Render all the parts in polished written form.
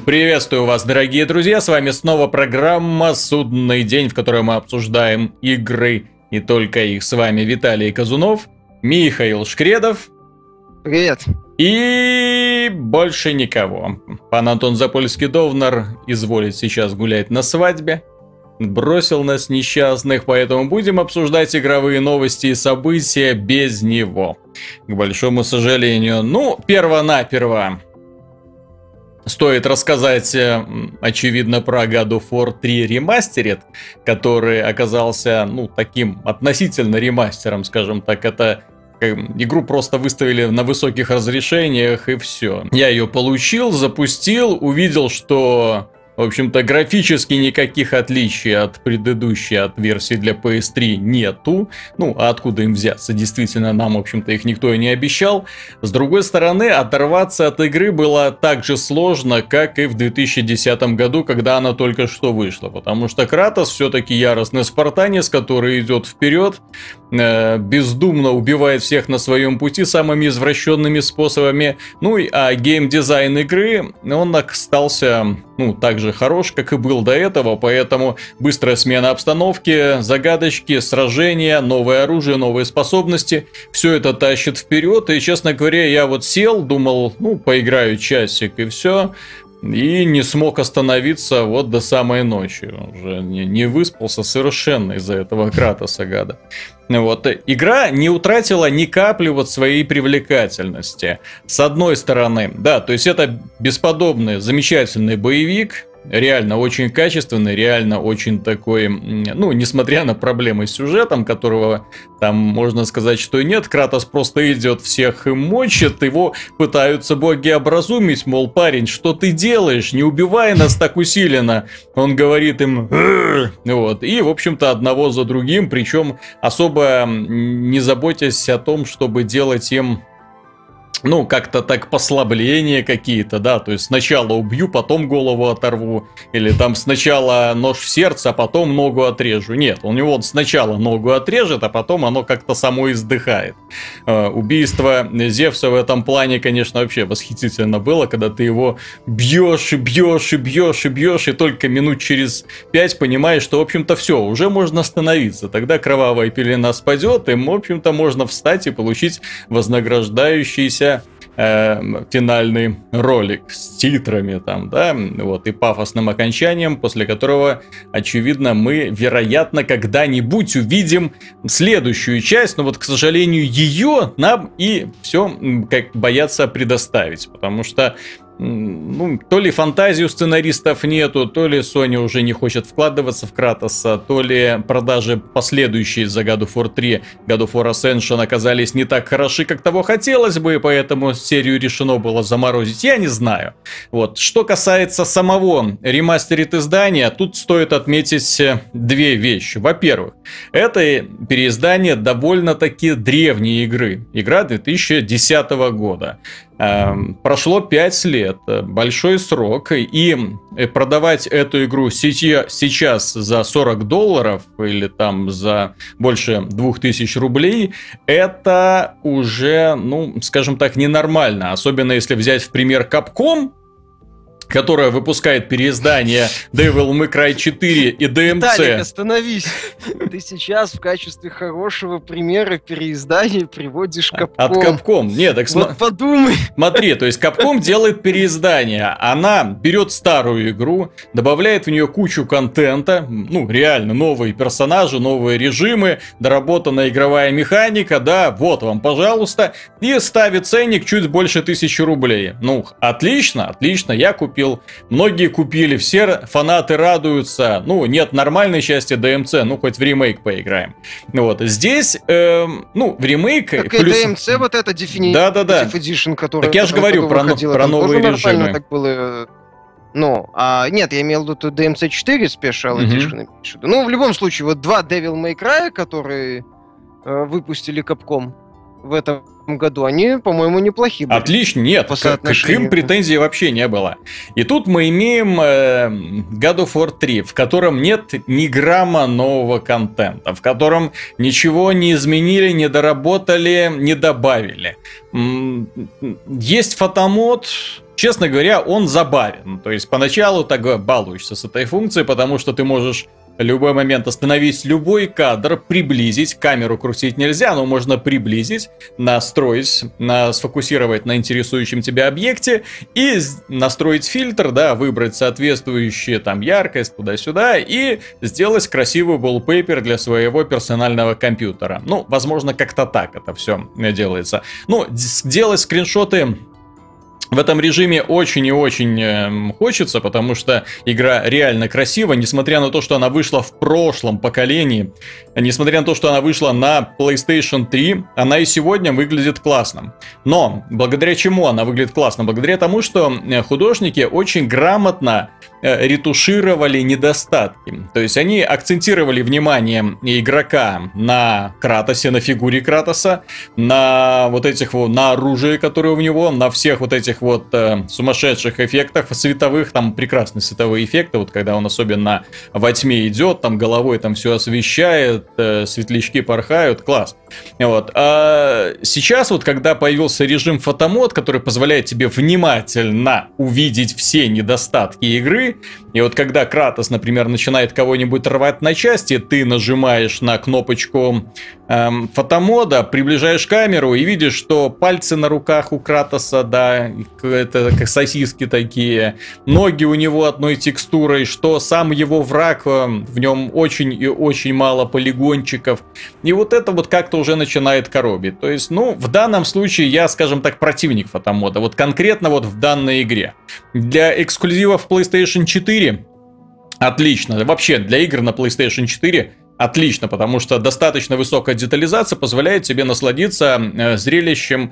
Приветствую вас, дорогие друзья, с вами снова программа «Судный день», в которой мы обсуждаем игры и только их. С вами Виталий Казунов, Михаил Шкредов. Привет. И больше никого. Пан Антон Запольский-Довнар изволит сейчас гулять на свадьбе. Бросил нас несчастных, поэтому будем обсуждать игровые новости и события без него. К большому сожалению. Перво-наперво стоит рассказать, очевидно, про God of War 3 Remastered, который оказался, таким относительно ремастером, скажем так. Это игру просто выставили на высоких разрешениях и все. Я ее получил, запустил, увидел, что, в общем-то, графически никаких отличий от предыдущей, от версии для PS3 нету. А откуда им взяться? Действительно, нам, в общем-то, их никто и не обещал. С другой стороны, оторваться от игры было так же сложно, как и в 2010 году, когда она только что вышла. Потому что Кратос все-таки яростный спартанец, который идет вперед, бездумно убивает всех на своем пути самыми извращенными способами. А геймдизайн игры, он остался, так же хорош, как и был до этого, поэтому быстрая смена обстановки, загадочки, сражения, новое оружие, новые способности, все это тащит вперед, и, честно говоря, я сел, думал, поиграю часик и все, и не смог остановиться до самой ночи, уже не выспался совершенно из-за этого Кратоса, гада. Игра не утратила ни капли своей привлекательности. С одной стороны, да, то есть это бесподобный, замечательный боевик, реально очень качественный, реально очень такой, несмотря на проблемы с сюжетом, которого там можно сказать, что и нет, Кратос просто идет, всех и мочит, его пытаются боги образумить, мол, парень, что ты делаешь, не убивай нас так усиленно, он говорит им, и, в общем-то, одного за другим, причем особо не заботясь о том, чтобы делать им, как-то так послабления какие-то, да, то есть сначала убью, потом голову оторву, или там сначала нож в сердце, а потом ногу отрежу. Нет, у него сначала ногу отрежет, а потом оно как-то само издыхает. Убийство Зевса в этом плане, конечно, вообще восхитительно было, когда ты его бьешь, и только минут через 5 понимаешь, что, в общем-то, все, уже можно остановиться. Тогда кровавая пелена спадет, и, в общем-то, можно встать и получить вознаграждающийся финальный ролик с титрами там, да, и пафосным окончанием, после которого, очевидно, мы, вероятно, когда-нибудь увидим следующую часть, но к сожалению, ее нам и все как боятся предоставить, потому что то ли фантазии у сценаристов нету, то ли Sony уже не хочет вкладываться в Кратоса, то ли продажи последующие за God of War 3, God of War Ascension оказались не так хороши, как того хотелось бы, и поэтому серию решено было заморозить, я не знаю. Что касается самого ремастерит издания, тут стоит отметить две вещи. Во-первых, это переиздание довольно-таки древней игры. Игра 2010 года. Прошло 5 лет, большой срок, и продавать эту игру сейчас за $40 или там за больше 2000 рублей, это уже, скажем так, ненормально, особенно если взять в пример Capcom, которая выпускает переиздание Devil May Cry 4 и DMC. Виталик, остановись. Ты сейчас в качестве хорошего примера переиздания приводишь Capcom. От Capcom. Нет, так подумай. Смотри, то есть Capcom делает переиздание. Она берет старую игру, добавляет в нее кучу контента, реально новые персонажи, новые режимы, доработанная игровая механика, да, вот вам, пожалуйста, и ставит ценник чуть больше 1000 рублей. Отлично, я купил. Многие купили, все фанаты радуются. Нет нормальной части DMC, хоть в ремейк поиграем. Здесь, в ремейк... Так плюс... и DMC это Definitive Edition, который... Так я же говорю про новые режимы. Так было... нет, я имел в виду DMC 4 Special Edition. В любом случае, 2 Devil May Cry, которые выпустили Capcom в этом году, они, по-моему, неплохие были. Отлично, нет, к им претензий вообще не было. И тут мы имеем God of War 3, в котором нет ни грамма нового контента, в котором ничего не изменили, не доработали, не добавили. Есть фотомод, честно говоря, он забавен. То есть поначалу так балуешься с этой функцией, потому что ты можешь в любой момент остановить любой кадр, приблизить. Камеру крутить нельзя, но можно приблизить, настроить, сфокусировать на интересующем тебя объекте и настроить фильтр, да, выбрать соответствующую там яркость туда-сюда и сделать красивый wallpaper для своего персонального компьютера. Ну, возможно, как-то так это все делается. Ну, делать скриншоты в этом режиме очень и очень хочется, потому что игра реально красива, несмотря на то, что она вышла в прошлом поколении, несмотря на то, что она вышла на PlayStation 3, она и сегодня выглядит классно. Но благодаря чему она выглядит классно? Благодаря тому, что художники очень грамотно ретушировали недостатки. То есть они акцентировали внимание игрока на Кратосе, на фигуре Кратоса, на вот этих вот, на оружии, которое у него, на всех вот этих вот сумасшедших эффектах световых, там прекрасные световые эффекты, вот когда он особенно во тьме идет, там головой там все освещает, светлячки порхают, класс. Вот. А сейчас вот, когда появился режим фотомод, который позволяет тебе внимательно увидеть все недостатки игры, и вот когда Кратос, например, начинает кого-нибудь рвать на части, ты нажимаешь на кнопочку фотомода, приближаешь камеру и видишь, что пальцы на руках у Кратоса, да, это как сосиски такие, ноги у него одной текстурой, что сам его враг, в нем очень и очень мало полигончиков. И вот это вот как-то уже начинает коробить. То есть, ну, в данном случае я, скажем так, противник фотомода. Вот конкретно вот в данной игре. Для эксклюзивов PlayStation 4 отлично. Вообще, для игр на PlayStation 4 отлично, потому что достаточно высокая детализация позволяет тебе насладиться зрелищем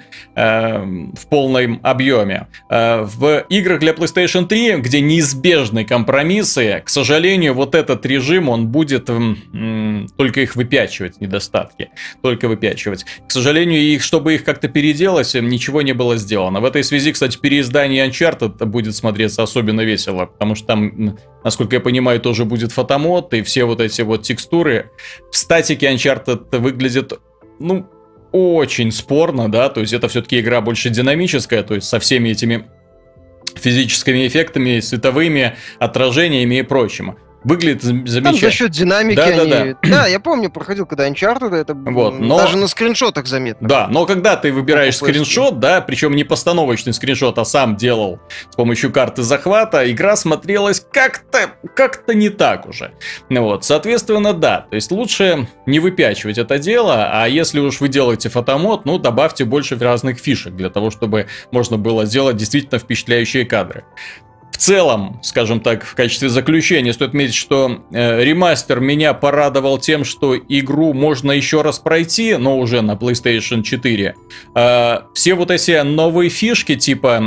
в полном объеме. В играх для PlayStation 3, где неизбежны компромиссы, к сожалению, вот этот режим, он будет только их выпячивать, недостатки. Только выпячивать. К сожалению, чтобы их как-то переделать, ничего не было сделано. В этой связи, кстати, переиздание Uncharted будет смотреться особенно весело, потому что там, насколько я понимаю, тоже будет фотомод, и все вот эти вот текстуры в статике Uncharted выглядит, ну, очень спорно, да, то есть это все-таки игра больше динамическая, то есть со всеми этими физическими эффектами, световыми отражениями и прочим. Выглядит замечательно. Там за счет динамики они... Да, я помню, проходил, когда Uncharted, это вот, но... даже на скриншотах заметно. Да, но когда ты выбираешь скриншот, да, причем не постановочный скриншот, а сам делал с помощью карты захвата, игра смотрелась как-то не так уже. Вот, соответственно, да, то есть лучше не выпячивать это дело, а если уж вы делаете фотомод, ну, добавьте больше разных фишек для того, чтобы можно было сделать действительно впечатляющие кадры. В целом, скажем так, в качестве заключения стоит отметить, что ремастер меня порадовал тем, что игру можно еще раз пройти, но уже на PlayStation 4. Все вот эти новые фишки типа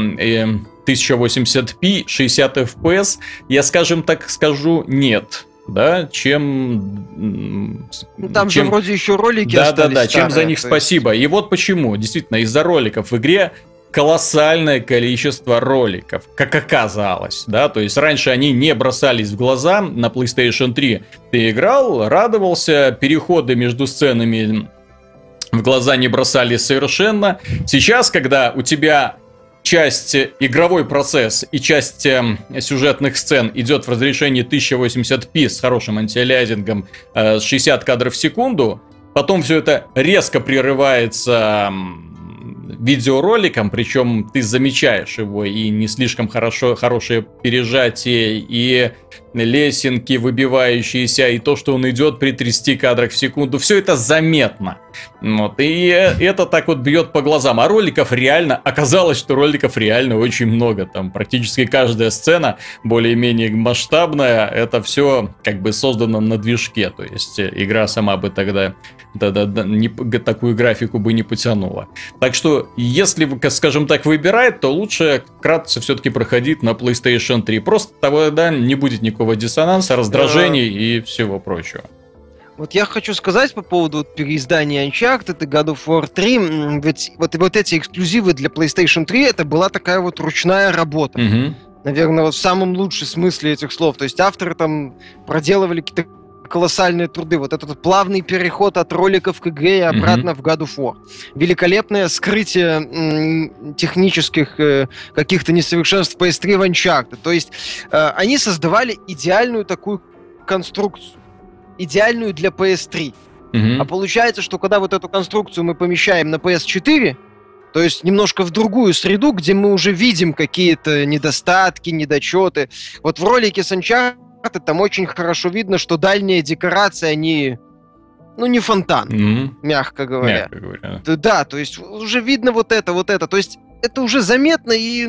1080p, 60 FPS, я, скажем так, скажу нет. Да, чем... Там же вроде еще ролики остались. Да, чем за них спасибо. И вот почему. Действительно, из-за роликов в игре колоссальное количество роликов, как оказалось, да, то есть раньше они не бросались в глаза на PlayStation 3. Ты играл, радовался, переходы между сценами в глаза не бросались совершенно. Сейчас, когда у тебя часть игровой процесс и часть сюжетных сцен идет в разрешении 1080p с хорошим антиалиасингом, 60 кадров в секунду, потом все это резко прерывается видеороликом, причем ты замечаешь его и не слишком хорошее пережатие, и лесенки выбивающиеся, и то, что он идет при 30 кадрах в секунду, все это заметно. Вот, и это так вот бьет по глазам. А роликов реально, оказалось, что роликов реально очень много. Там практически каждая сцена более-менее масштабная, это все как бы создано на движке. То есть игра сама бы тогда такую графику бы не потянула. Так что, если, скажем так, выбирать, то лучше Кратоса все-таки проходить на PlayStation 3. Просто тогда не будет никакого диссонанса, раздражений и всего прочего. Вот я хочу сказать по поводу переиздания Uncharted и God of War 3, ведь вот эти эксклюзивы для PlayStation 3, это была такая вот ручная работа. Наверное, вот в самом лучшем смысле этих слов. То есть авторы там проделывали какие-то колоссальные труды. Вот этот плавный переход от роликов к ИГ и обратно в God of War. Великолепное скрытие технических каких-то несовершенств PS3 в Uncharted. То есть они создавали идеальную такую конструкцию. Идеальную для PS3. А получается, что когда вот эту конструкцию мы помещаем на PS4, то есть немножко в другую среду, где мы уже видим какие-то недостатки, недочеты. Вот в ролике с Uncharted там очень хорошо видно, что дальние декорации, они, не фонтан, мягко говоря. Да, то есть уже видно вот это. То есть это уже заметно и,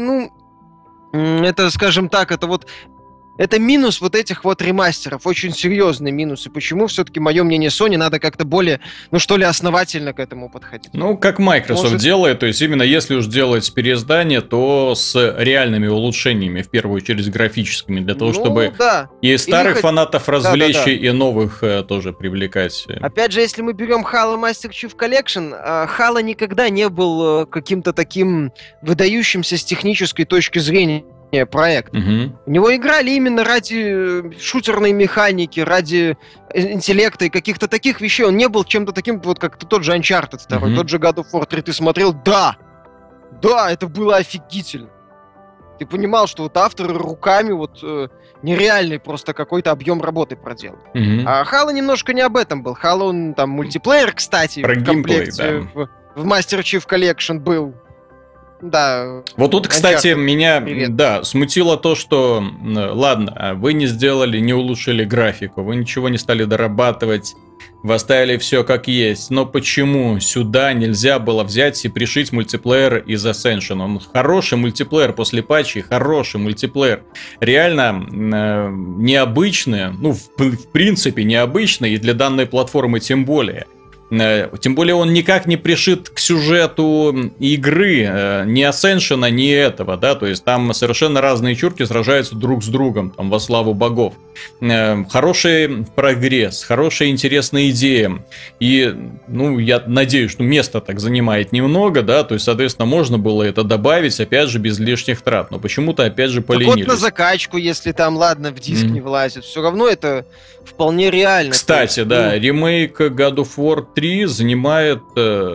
это, скажем так, это минус вот этих вот ремастеров, очень серьезный минус. И почему все-таки, мое мнение, Sony надо как-то более, основательно к этому подходить. Как Microsoft делает, то есть именно если уж делать переиздание, то с реальными улучшениями, в первую очередь графическими, для того, чтобы и старых фанатов развлечь, и новых тоже привлекать. Опять же, если мы берем Halo Master Chief Collection, Halo никогда не был каким-то таким выдающимся с технической точки зрения проект. У него играли именно ради шутерной механики, ради интеллекта и каких-то таких вещей. Он не был чем-то таким, вот как тот же Uncharted 2, тот же God of War 3. Ты смотрел, да, это было офигительно. Ты понимал, что вот авторы руками нереальный просто какой-то объем работы проделал. А Halo немножко не об этом был. Halo, он там мультиплеер, кстати, про в комплекте в Master Chief Collection был. Да. Вот тут, кстати, меня смутило то, что, ладно, вы не улучшили графику, вы ничего не стали дорабатывать, вы оставили все как есть, но почему сюда нельзя было взять и пришить мультиплеер из Ascension? Он хороший мультиплеер после патчей, хороший мультиплеер, реально необычный, в принципе необычный, и для данной платформы тем более. Тем более он никак не пришит к сюжету игры, ни Ascension, ни этого, да, то есть там совершенно разные чурки сражаются друг с другом, там, во славу богов. Хороший прогресс, хорошая интересная идея, и, я надеюсь, что место так занимает немного, да, то есть, соответственно, можно было это добавить, опять же, без лишних трат, но почему-то, опять же, поленились. Так вот на закачку, если там, ладно, в диск не влазит, все равно это вполне реально. Кстати, ремейк God of War 3 занимает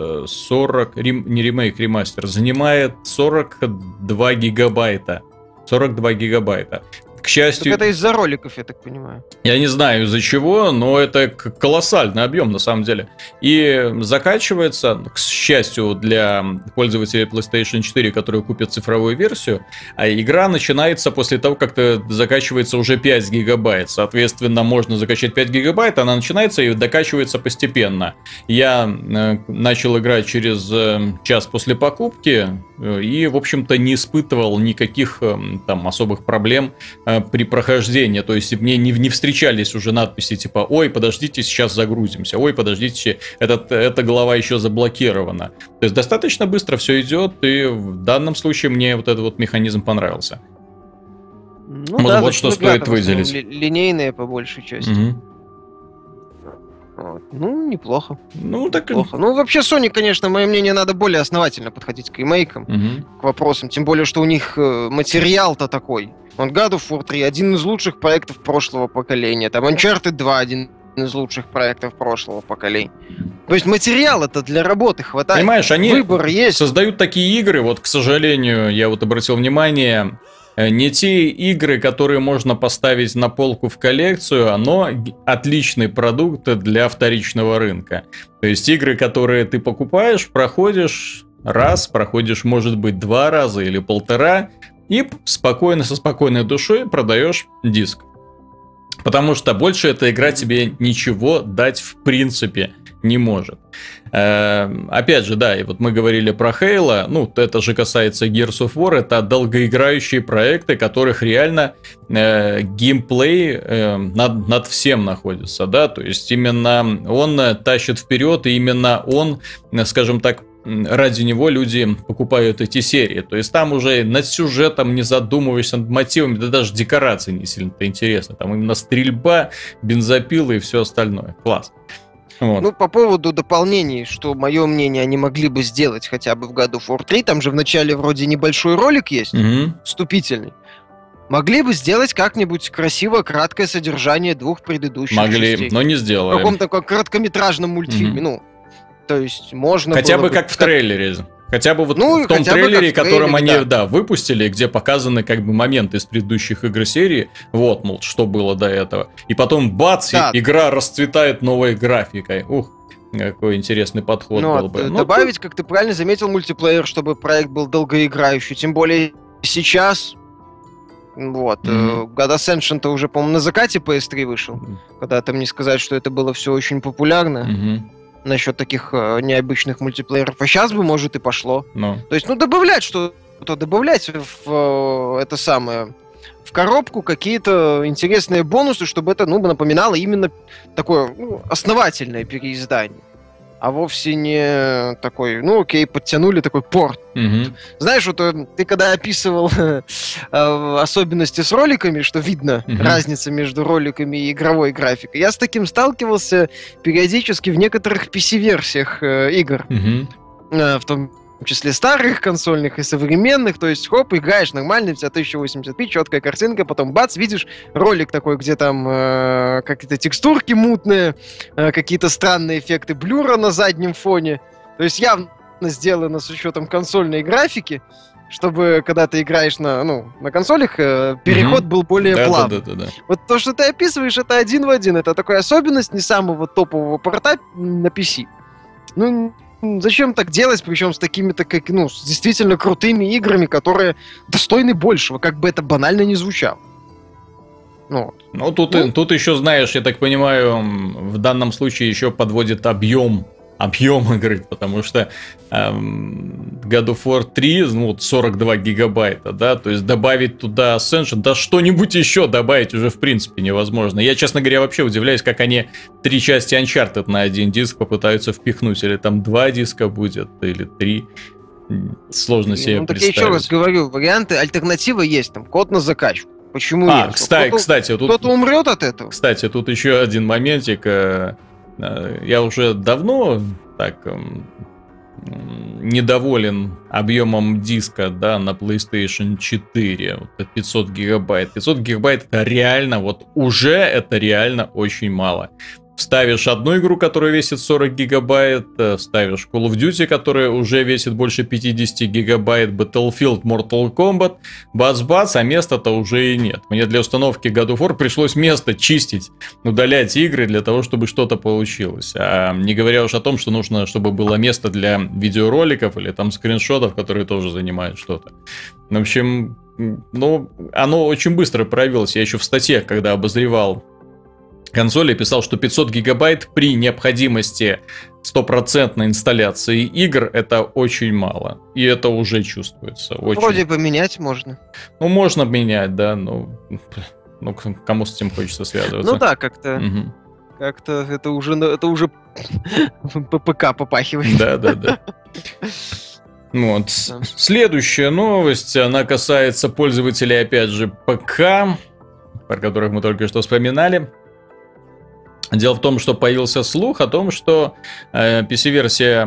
42 гигабайта. 42 гигабайта. К счастью... Так это из-за роликов, я так понимаю. Я не знаю из-за чего, но это колоссальный объем на самом деле. И закачивается, к счастью, для пользователей PlayStation 4, которые купят цифровую версию, а игра начинается после того, как закачивается уже 5 гигабайт. Соответственно, можно закачать 5 гигабайт, она начинается и докачивается постепенно. Я начал играть через час после покупки и, в общем-то, не испытывал никаких там особых проблем при прохождении, то есть мне не встречались уже надписи типа «Ой, подождите, сейчас загрузимся», «Ой, подождите, эта глава еще заблокирована». То есть достаточно быстро все идет, и в данном случае мне вот этот вот механизм понравился. Вот что стоит выделить. Линейные по большей части. Неплохо. Неплохо. Вообще, Sony, конечно, мое мнение, надо более основательно подходить к ремейкам, к вопросам. Тем более, что у них материал-то такой. God of War 3 один из лучших проектов прошлого поколения. Там Uncharted 2 один из лучших проектов прошлого поколения. То есть материала-то для работы хватает. Понимаешь, они выбор есть. Создают такие игры, вот, к сожалению, я вот обратил внимание, не те игры, которые можно поставить на полку в коллекцию, но отличный продукт для вторичного рынка. То есть игры, которые ты покупаешь, проходишь раз, проходишь, может быть, 2 раза или 1,5, и спокойно, со спокойной душой продаешь диск. Потому что больше эта игра тебе ничего дать в принципе не может. Опять же, да, и вот мы говорили про Halo, это же касается Gears of War, это долгоиграющие проекты, которых реально геймплей над всем находится, да, то есть именно он тащит вперед, и именно он, скажем так, ради него люди покупают эти серии. То есть там уже над сюжетом не задумываешься, над мотивами, да даже декорации не сильно-то интересно. Там именно стрельба, бензопилы и все остальное. Класс. Вот. По поводу дополнений, что, мое мнение, они могли бы сделать хотя бы в God of War 3, там же в начале вроде небольшой ролик есть, вступительный. Могли бы сделать как-нибудь красиво краткое содержание 2 предыдущих Могли, частей. но не В сделали. каком-то короткометражном мультфильме, ну, то есть можно Хотя было бы как в трейлере. Хотя бы вот Ну, в том хотя бы трейлере, как в которым трейлере, они, выпустили, где показаны как бы моменты из предыдущих игр серии, вот, мол, что было до этого. И потом, бац, Да. игра расцветает новой графикой. Ух, какой интересный подход Ну, был бы. Но добавить, как ты правильно заметил, мультиплеер, чтобы проект был долгоиграющий. Тем более сейчас, вот, Мгм. God of Ascension-то уже, по-моему, на закате PS3 вышел. Когда там не сказать, что это было все очень популярно. Мгм. Насчет таких необычных мультиплееров. А сейчас бы, может, и пошло. Ну, То есть, ну, добавлять что-то, добавлять в это самое, в коробку какие-то интересные бонусы, чтобы это, ну, напоминало именно такое, ну, основательное переиздание. А вовсе не такой, ну, окей, подтянули такой порт. мгм. Знаешь, вот ты когда описывал особенности с роликами, что видно Мгм. разница между роликами и игровой графикой, я с таким сталкивался периодически в некоторых PC-версиях игр. Мгм. В том числе старых консольных и современных, то есть, хоп, играешь нормально, у тебя 1080p, четкая картинка, потом бац, видишь ролик такой, где там какие-то текстурки мутные, какие-то странные эффекты блюра на заднем фоне, то есть явно сделано с учетом консольной графики, чтобы, когда ты играешь на консолях, переход был более плавный. Да. Вот то, что ты описываешь, это один в один, это такая особенность не самого топового порта на PC. Ну, зачем так делать, причем с такими-то, с действительно крутыми играми, которые достойны большего, как бы это банально не звучало. Ну, Тут еще, знаешь, я так понимаю, в данном случае еще подводит объем игры, потому что God of War 3, 42 гигабайта, да, то есть добавить туда Ascension, да что-нибудь еще добавить уже в принципе невозможно. Я, честно говоря, вообще удивляюсь, как они 3 части Uncharted на один диск попытаются впихнуть, или там 2 диска будет, или 3. Сложно себе так представить. я еще раз говорю, варианты, альтернатива есть, там, код на закачку. Почему нет? Кстати, тут... Кто-то умрет от этого. Кстати, тут еще один моментик. Я уже давно так недоволен объемом диска, да, на PlayStation 4. Вот 500 гигабайт. 500 гигабайт это реально, это реально очень мало. Вставишь одну игру, которая весит 40 гигабайт, ставишь Call of Duty, которая уже весит больше 50 гигабайт, Battlefield, Mortal Kombat, бац-бац, а места-то уже и нет. Мне для установки God of War пришлось место чистить, удалять игры для того, чтобы что-то получилось. А не говоря уж о том, что нужно, чтобы было место для видеороликов или там скриншотов, которые тоже занимают что-то. В общем, оно очень быстро проявилось. Я еще в статье, когда обозревал консоли, писал, что 500 гигабайт при необходимости стопроцентной инсталляции игр это очень мало. И это уже чувствуется. Очень. Вроде поменять можно. Можно менять, да, кому с этим хочется связываться. Ну да, как-то. Угу. Как-то это уже ППК попахивает. Да. Вот. Следующая новость, она касается пользователей, опять же, ПК, про которых мы только что вспоминали. Дело в том, что появился слух о том, что PC-версия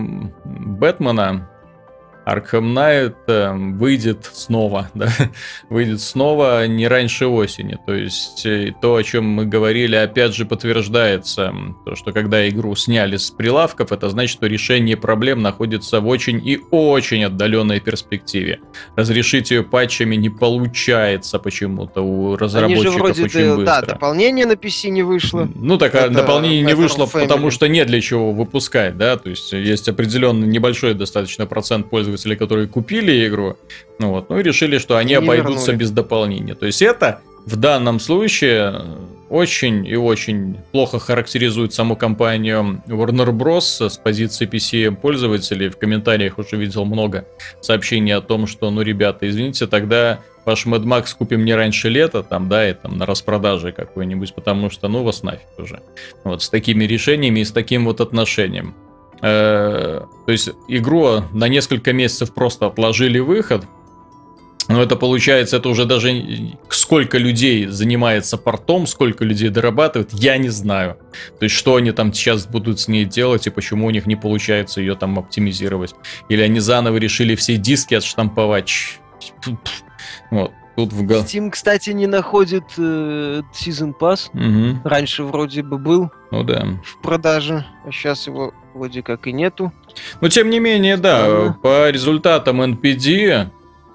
Бэтмена Arkham Knight выйдет снова, да? Выйдет снова не раньше осени. То есть то, о чем мы говорили, опять же подтверждается. То, что когда игру сняли с прилавков, это значит, что решение проблем находится в очень и очень отдаленной перспективе. Разрешить ее патчами не получается почему-то у разработчиков. Они же вроде очень быстро. Да, дополнение на PC не вышло. Дополнение не вышло, Family. потому что нет для чего выпускать, да, то есть есть определенный небольшой достаточно процент пользователей, которые купили игру, и решили, что они обойдутся без дополнения. То есть это в данном случае очень и очень плохо характеризует саму компанию Warner Bros. С позиции PC-пользователей. В комментариях уже видел много сообщений о том, что, ребята, извините, тогда ваш Mad Max купим не раньше лета, и на распродаже какой-нибудь, потому что, вас нафиг уже. С такими решениями и с таким отношением. То есть игру на несколько месяцев просто отложили выход. Но это получается, это уже даже сколько людей занимается портом, сколько людей дорабатывают, я не знаю. То есть что они там сейчас будут с ней делать и почему у них не получается ее там оптимизировать. Или они заново решили все диски отштамповать. Тут Steam, кстати, не находит Season Pass. Угу. Раньше вроде бы был в продаже, а сейчас его вроде как и нету. Но тем не менее, да, по результатам NPD,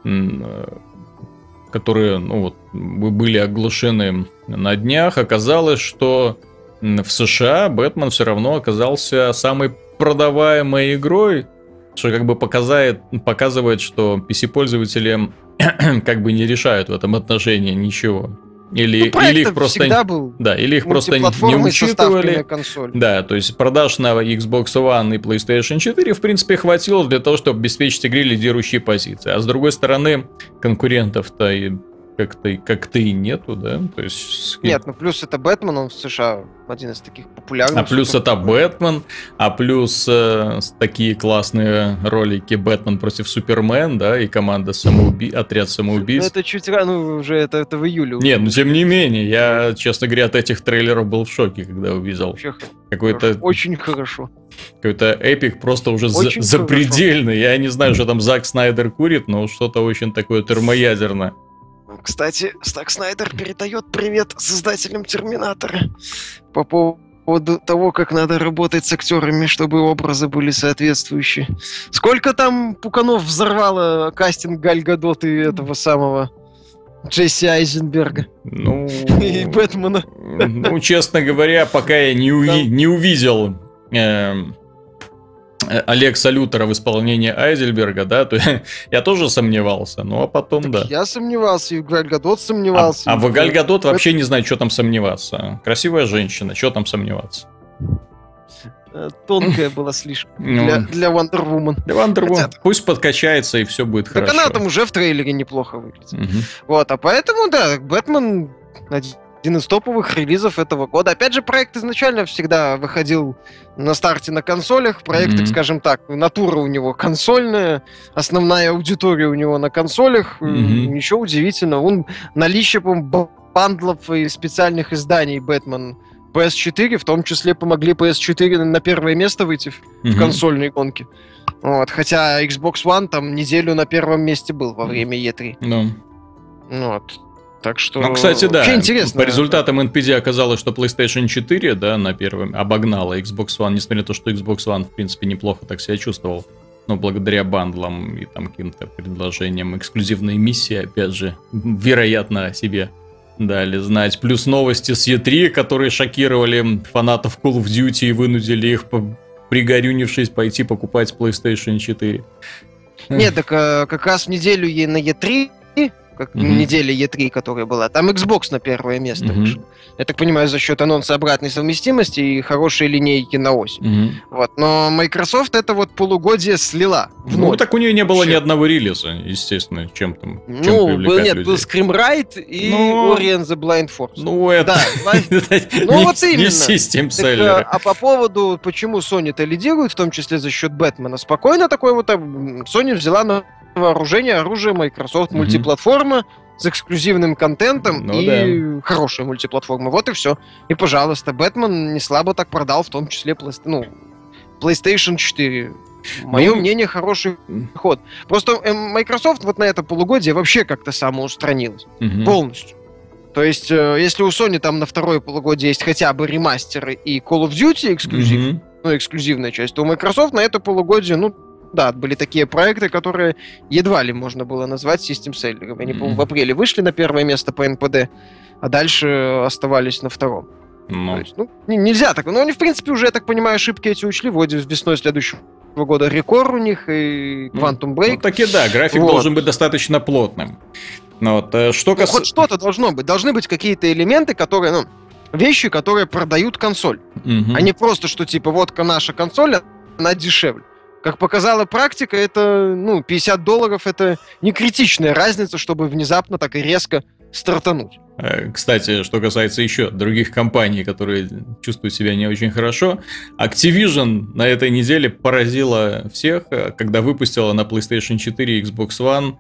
которые были оглашены на днях, оказалось, что в США Бэтмен все равно оказался самой продаваемой игрой, что как бы показывает, что PC-пользователи как бы не решают в этом отношении ничего. Или их просто не учитывали. Да, то есть продаж на Xbox One и PlayStation 4 в принципе хватило для того, чтобы обеспечить игре лидирующие позиции. А с другой стороны, конкурентов-то и как-то и нету, да? То есть... Нет, ну плюс это Бэтмен, он в США один из таких популярных. А плюс это Бэтмен, а плюс такие классные ролики Бэтмен против Супермен, да, и команда отряд самоубийц. Ну это чуть рано уже, это в июле. Нет, ну тем не менее, я, честно говоря, от этих трейлеров был в шоке, когда увидел. Какой-то... Очень хорошо. Какой-то эпик просто уже запредельный. Я не знаю, что там Зак Снайдер курит, но что-то очень такое термоядерное. Кстати, Зак Снайдер передает привет создателям Терминатора по поводу того, как надо работать с актерами, чтобы образы были соответствующие. Сколько там пуканов взорвало кастинг Галь Гадот и этого самого Джесси Айзенберга? Ну... И Бэтмена. Ну, честно говоря, пока я не увидел... Алекса Лютера в исполнении Айзельберга, да, то я тоже сомневался, ну а потом, так да. Я сомневался, и Галь Гадот сомневался. А в Галь Гадот вообще не знаю, что там сомневаться. Красивая женщина, что там сомневаться? Тонкая была слишком для Wonder Woman. Для Wonder Woman. Пусть подкачается, и все будет хорошо. Так она там уже в трейлере неплохо выглядит. Вот, а поэтому, да, Бэтмен... Один из топовых релизов этого года. Опять же, проект изначально всегда выходил на старте на консолях. Проект, скажем так, натура у него консольная, основная аудитория у него на консолях. Ничего удивительного. Он наличие, по-моему, бандлов и специальных изданий Бэтмен PS4, в том числе помогли PS4 на первое место выйти в консольной гонке. Вот. Хотя Xbox One там неделю на первом месте был во время E3. Вот. Так что... Ну, кстати, да, интересно. По результатам NPD оказалось, что PlayStation 4, да, на первом обогнала Xbox One, несмотря на то, что Xbox One, в принципе, неплохо так себя чувствовал. Но благодаря бандлам и там каким-то предложениям, эксклюзивные миссии, опять же, вероятно, о себе дали знать. Плюс новости с E3, которые шокировали фанатов Call of Duty и вынудили их, пригорюнившись, пойти покупать PlayStation 4. Нет, так как раз в неделю на E3... как неделя E3, которая была. Там Xbox на первое место вышел. Я так понимаю, за счет анонса обратной совместимости и хорошей линейки на осень. Вот. Но Microsoft это вот полугодие слила. Ну, так у нее не было ни одного релиза, естественно, чем привлекать людей. Был Screamrite и Ori and the Blind Force. Ну, это... Ну, вот именно. Не систем-селлеры. А по поводу, почему Sony-то лидирует, в том числе за счет Бэтмена, спокойно такой вот Sony взяла на вооружение, оружие, Microsoft, мультиплатформа с эксклюзивным контентом хорошая мультиплатформа. Вот и все. И, пожалуйста, Бэтмен не слабо так продал, в том числе PlayStation 4. Мое мнение, хороший ход. Просто Microsoft вот на это полугодие вообще как-то самоустранилась. Полностью. То есть, если у Sony там на второе полугодие есть хотя бы ремастеры и Call of Duty эксклюзив, эксклюзивная часть, то у Microsoft на это полугодие, да, были такие проекты, которые едва ли можно было назвать систем-селлерами. Они, по-моему, в апреле вышли на первое место по НПД, а дальше оставались на втором. То есть, нельзя так. Но они, в принципе, уже, я так понимаю, ошибки эти учли. Вот весной следующего года Рекор у них и Quantum Break. Так и да, график должен быть достаточно плотным. Хоть что-то должно быть. Должны быть какие-то элементы, которые, вещи, которые продают консоль. А не просто, что типа, вот наша консоль, она дешевле. Как показала практика, это, $50 это не критичная разница, чтобы внезапно так и резко стартануть. Кстати, что касается еще других компаний, которые чувствуют себя не очень хорошо, Activision на этой неделе поразила всех, когда выпустила на PlayStation 4 и Xbox One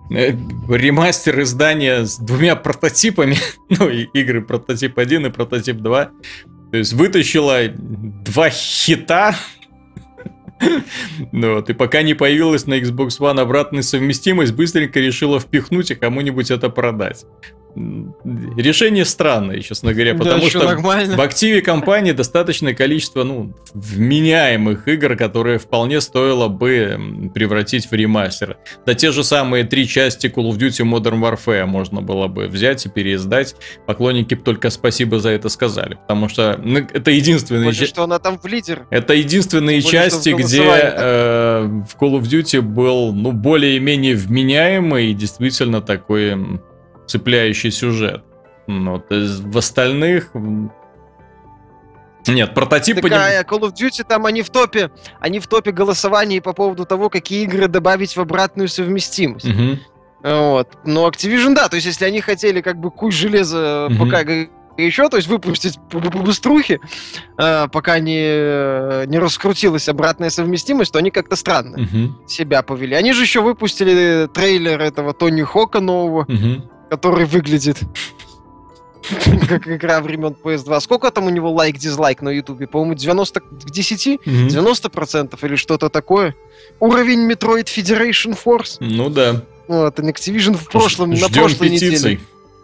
ремастер издания с двумя прототипами, игры прототип 1 и прототип 2. То есть вытащила два хита Ну вот, и пока не появилась на Xbox One обратная совместимость, быстренько решила впихнуть и кому-нибудь это продать. Решение странное, честно говоря, потому что нормально. в активе компании достаточное количество, вменяемых игр, которые вполне стоило бы превратить в ремастер. Да те же самые 3 части Call of Duty Modern Warfare можно было бы взять и переиздать. Поклонники бы только спасибо за это сказали, потому что это единственные... что она там в лидер. Это единственные части, где в Call of Duty был, более-менее вменяемый и действительно такой... цепляющий сюжет. В остальных... Нет, прототип... Call of Duty, там они в топе голосований по поводу того, какие игры добавить в обратную совместимость. Вот. Но Activision, да, то есть если они хотели кусь железа пока еще, то есть выпустить быструхи, пока не раскрутилась обратная совместимость, то они как-то странно себя повели. Они же еще выпустили трейлер этого Тони Хока нового, который выглядит как игра времен PS2. Сколько там у него лайк-дизлайк на Ютубе? По-моему, 90 к 10? 90% или что-то такое? Уровень Metroid Federation Force? Ну да. Вот, и Activision на прошлой неделе.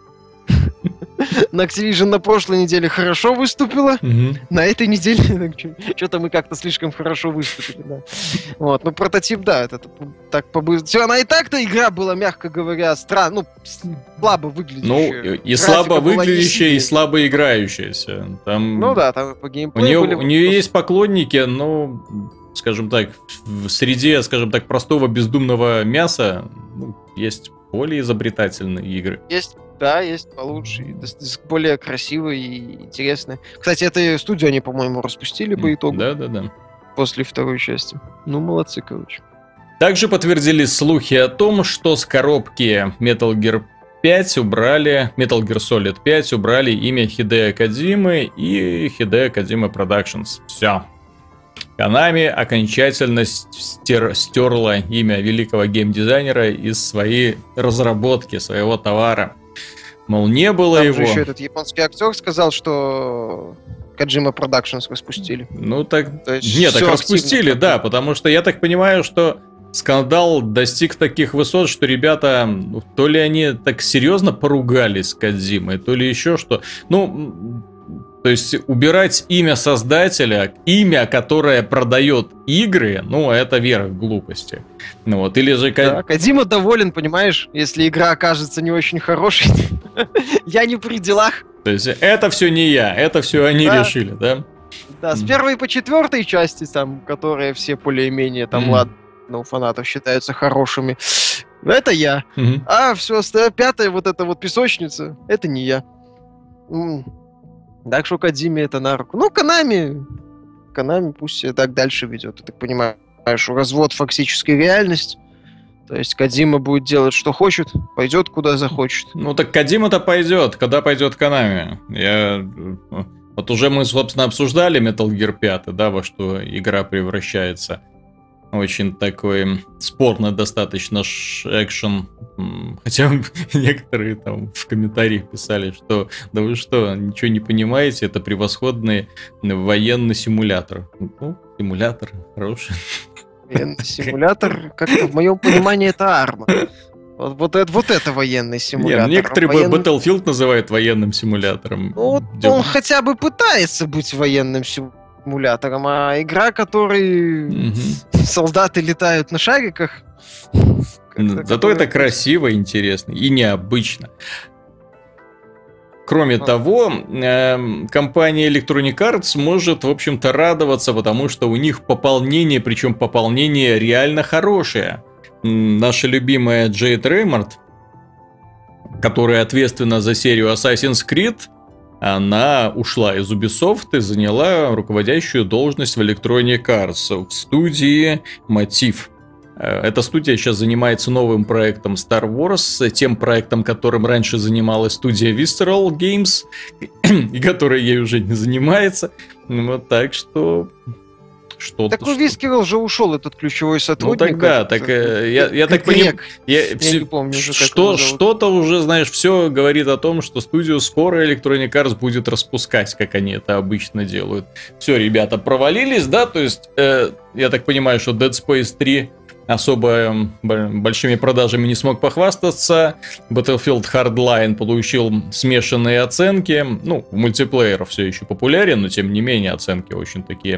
На Activision на прошлой неделе хорошо выступила. На этой неделе что-то мы как-то слишком хорошо выступили. Да. Вот, прототип, да, это так побыстрее. Она и так-то игра была, мягко говоря, слабо выглядящая. И слабо выглядящая, и слабо играющаяся. Там... там по геймплею у нее есть поклонники, скажем так, в среде, простого бездумного мяса есть более изобретательные игры. Есть получше, более красивые и интересные. Кстати, эту студию они, по-моему, распустили по итогу. Да. После второй части. Молодцы, короче. Также подтвердились слухи о том, что с коробки Metal Gear Solid 5 убрали имя Хидео Кодзимы и Хидео Кодзима Productions. Все. Konami окончательно стерла имя великого геймдизайнера из своей разработки, своего товара. Мол, не было там его. Там же еще этот японский актер сказал, что Kojima Productions распустили. Так распустили, да, потому что я так понимаю, что скандал достиг таких высот, что ребята, то ли они так серьезно поругались с Кодзимой, то ли еще что. То есть убирать имя создателя, имя, которое продает игры, это верх глупости. Или же... Да, Кодзима доволен, понимаешь, если игра окажется не очень хорошей. Я не при делах. То есть это все не я, это все они решили, да? Да, с 1 по 4 части, которые все более-менее, ладно, у фанатов считаются хорошими, это я. А все остальное, 5-я песочница, это не я. Так что Кодзиме это на руку. Konami пусть так дальше ведет. Ты так понимаешь, развод фактической реальности. То есть Кодзима будет делать, что хочет, пойдет, куда захочет. Так Кодзима-то пойдет, когда пойдет Konami. Уже мы, собственно, обсуждали Metal Gear 5, да, во что игра превращается. Очень такой спорный достаточно экшен. Хотя некоторые там в комментариях писали, что да вы что, ничего не понимаете, это превосходный военный симулятор. Симулятор хороший. Военный симулятор, как-то в моем понимании, это арма. Вот это военный симулятор. Некоторые Battlefield называют военным симулятором. Он хотя бы пытается быть военным симулятором, а игра, которой солдаты летают на шариках... Зато это красиво, интересно и необычно. Кроме того, компания Electronic Arts может, в общем-то, радоваться, потому что у них пополнение, причем пополнение реально хорошее. Наша любимая Джейд Реймонд, которая ответственна за серию Assassin's Creed, она ушла из Ubisoft и заняла руководящую должность в Electronic Arts в студии Motive. Эта студия сейчас занимается новым проектом Star Wars, тем проектом, которым раньше занималась студия Visceral Games, и которая ей уже не занимается. Так что что-то... Такой Вискерл же ушел, этот ключевой сотрудник. Ну тогда, так я так понимаю... Я не помню уже, что-то уже, знаешь, все говорит о том, что студию скоро Electronic Arts будет распускать, как они это обычно делают. Все, ребята, провалились, да? То есть, я так понимаю, что Dead Space 3 особо большими продажами не смог похвастаться. Battlefield Hardline получил смешанные оценки. Ну, мультиплеер все еще популярен, но тем не менее оценки очень такие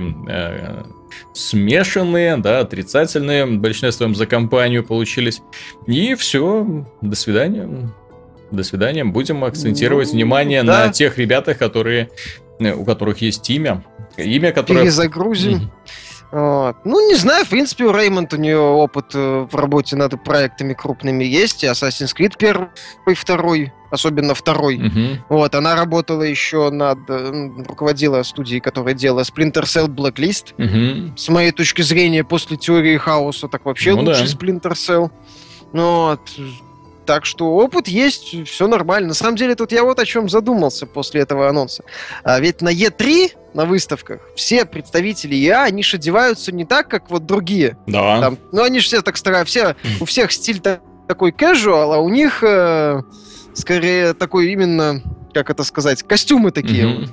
смешанные, да, отрицательные большинством за компанию получились. И все, до свидания. До свидания. Будем акцентировать внимание на тех ребятах, у которых есть имя, которое... Перезагрузим. Вот. Ну, не знаю, в принципе, у Реймонд, у нее опыт в работе над проектами крупными есть, и Assassin's Creed 1, 2, особенно 2. Вот, она работала еще руководила студией, которая делала Splinter Cell Blacklist. С моей точки зрения, после Теории Хаоса, так вообще лучший Splinter Cell. Вот. Так что опыт есть, все нормально. На самом деле, тут я вот о чем задумался после этого анонса. Ведь на E3, на выставках, все представители EA, они же одеваются не так, как вот другие. Да. Там, ну, они же все так стараются, у всех стиль такой casual, а у них скорее такой именно, как это сказать, костюмы такие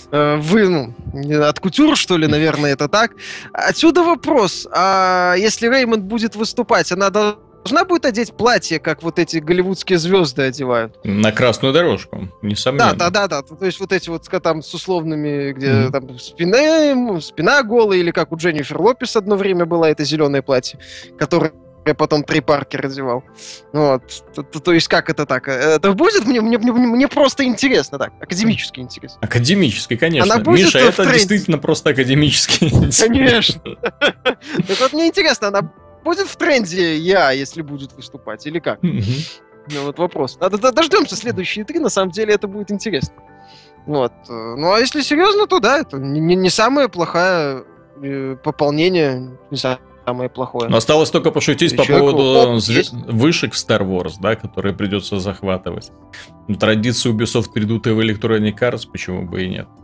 вот. От кутюр, что ли, наверное, это так. Отсюда вопрос, а если Реймонд будет выступать, она должна будет одеть платье, как вот эти голливудские звезды одевают? На красную дорожку, несомненно. Да. То есть вот эти вот там с условными, где там спина голая, или как у Дженнифер Лопес одно время было это зеленое платье, которое потом Трей Паркер одевал. Вот. То есть как это так? Это будет? Мне просто интересно, так, академически интересно. Академически, конечно. Миша, это действительно просто академически интересно. Конечно. Так вот мне интересно, она будет в тренде если будет выступать, или как? Ну вот вопрос. Дождемся следующие 3, на самом деле это будет интересно. Вот. Ну а если серьезно, то да, это не самое плохое пополнение, не самое плохое. Но осталось только пошутить по поводу вышек в Star Wars, да, которые придется захватывать. Традиции Ubisoft придут и в Electronic Arts, почему бы и нет.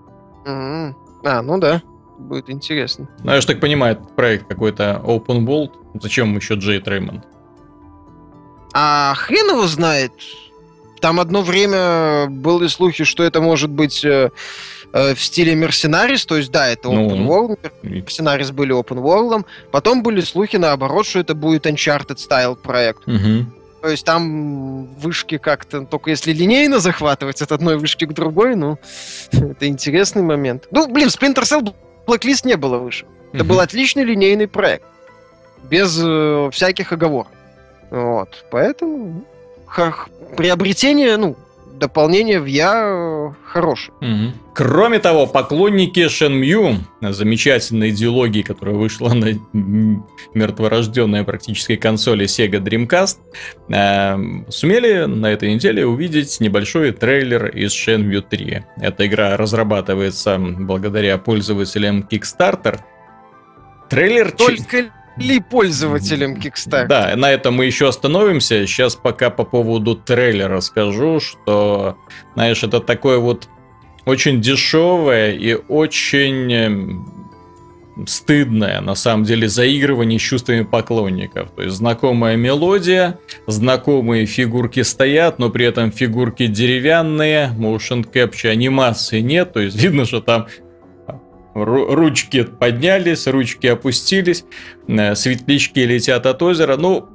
Ну да. Будет интересно. Ну, я же так понимаю, этот проект какой-то open world. Зачем еще Джейд Реймонд? А хрен его знает. Там одно время были слухи, что это может быть в стиле Mercenaries, то есть да, это open world. Mercenaries были open world. Потом были слухи наоборот, что это будет Uncharted style проект. То есть там вышки как-то, только если линейно захватывать от одной вышки к другой, ну, это интересный момент. Ну, блин, Splinter Cell Blacklist не было выше. Это был отличный линейный проект. Без всяких оговорок. Вот. Поэтому приобретение, дополнение в Я хорошее. Кроме того, поклонники Shenmue, замечательной идеологии, которая вышла на мертворожденной практически консоли Sega Dreamcast, сумели на этой неделе увидеть небольшой трейлер из Shenmue 3. Эта игра разрабатывается благодаря пользователям Kickstarter. Трейлер... Только ли пользователям Kickstarter? Да, на этом мы еще остановимся. Сейчас пока по поводу трейлера скажу, что, знаешь, это такое вот очень дешевое и очень стыдное, на самом деле, заигрывание с чувствами поклонников. То есть знакомая мелодия, знакомые фигурки стоят, но при этом фигурки деревянные, motion capture, анимации нет, то есть видно, что там ручки поднялись, ручки опустились, светлячки летят от озера. Ну,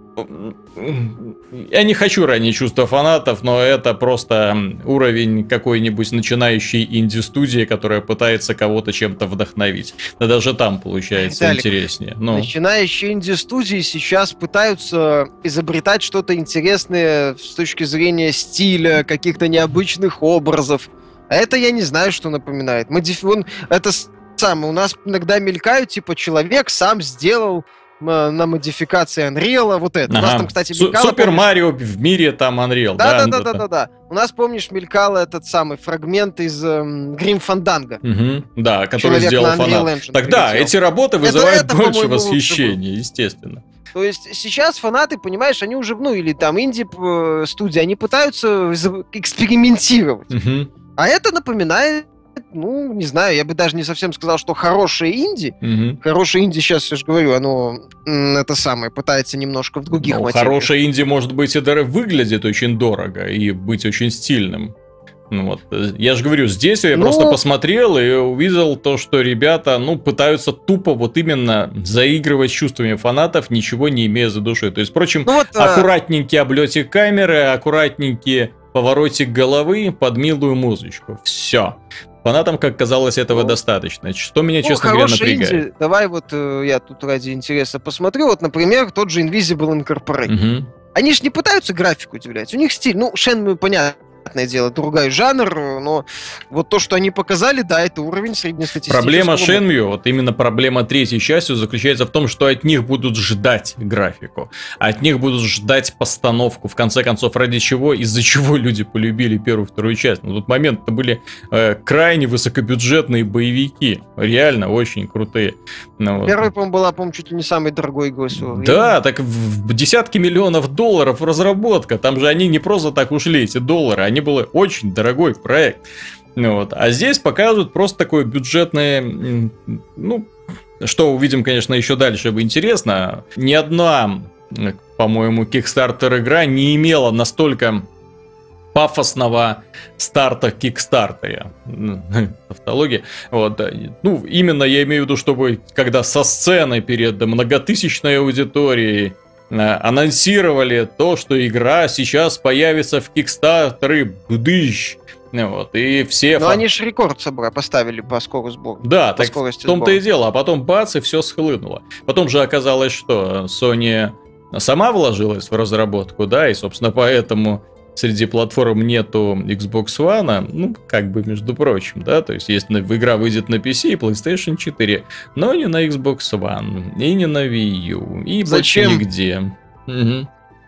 я не хочу ранее чувства фанатов, но это просто уровень какой-нибудь начинающей инди-студии, которая пытается кого-то чем-то вдохновить. Да даже там получается Виталик, интереснее. Начинающие инди-студии сейчас пытаются изобретать что-то интересное с точки зрения стиля, каких-то необычных образов. А это я не знаю, что напоминает. Это самое. У нас иногда мелькают, типа, человек сам сделал на модификации Unreal, вот это. У нас там, кстати, мелькало... Супер Марио в мире там Unreal. Да. У нас, помнишь, мелькал этот самый фрагмент из Grim Fandango. Да, который сделал фанат. Тогда эти работы вызывают больше восхищения, естественно. То есть сейчас фанаты, понимаешь, они уже, или там инди-студии, они пытаются экспериментировать. А это напоминает ну, не знаю, я бы даже не совсем сказал, что хорошее инди. Мгм. Хорошее инди, сейчас я же говорю, оно это самое, пытается немножко в других Ну, материях. хорошее инди, может быть, и выглядит очень дорого и быть очень стильным. Ну вот, я же говорю, здесь я просто посмотрел и увидел то, что ребята, ну, пытаются тупо вот именно заигрывать с чувствами фанатов, ничего не имея за душой. То есть, впрочем, аккуратненький облетик камеры, аккуратненький поворотик головы под милую музычку. Все. Фанатам, как казалось, этого достаточно. Что меня, честно говоря, напрягает. Инди, давай вот я тут ради интереса посмотрю. Вот, например, тот же Invisible Incorporated. Угу. Они же не пытаются графику удивлять. У них стиль, ну, Shenmue, понятное дело, другой жанр, но вот то, что они показали, да, это уровень среднестатистического. Проблема Shenmue, вот именно проблема третьей части заключается в том, что от них будут ждать графику, от них будут ждать постановку, в конце концов, ради чего, из-за чего люди полюбили первую и вторую часть. На тот момент это были крайне высокобюджетные боевики, реально очень крутые. Ну, первая, по-моему, была, чуть ли не самой дорогой игрой своего времени. Да, так в десятки миллионов долларов разработка, там же они не просто так ушли, эти доллары, они были очень дорогой проект. Вот. А здесь показывают просто такое бюджетное, ну, что увидим, конечно, еще дальше, интересно. Ни одна, по-моему, Kickstarter игра не имела настолько пафосного старта Кикстартера. Тавтология. Вот. Ну, именно я имею в виду, чтобы когда со сцены перед многотысячной аудиторией анонсировали то, что игра сейчас появится в Кикстартере, бдыщ. Вот, и все... Но они же рекорд поставили по скорости сбора. Да, так в том-то и дело. А потом бац, и все схлынуло. Потом же оказалось, что Sony сама вложилась в разработку, да, и, собственно, поэтому среди платформ нету Xbox One, ну, как бы, между прочим, да, то есть игра выйдет на PC и PlayStation 4, но не на Xbox One, и не на Wii U, и больше нигде. Угу.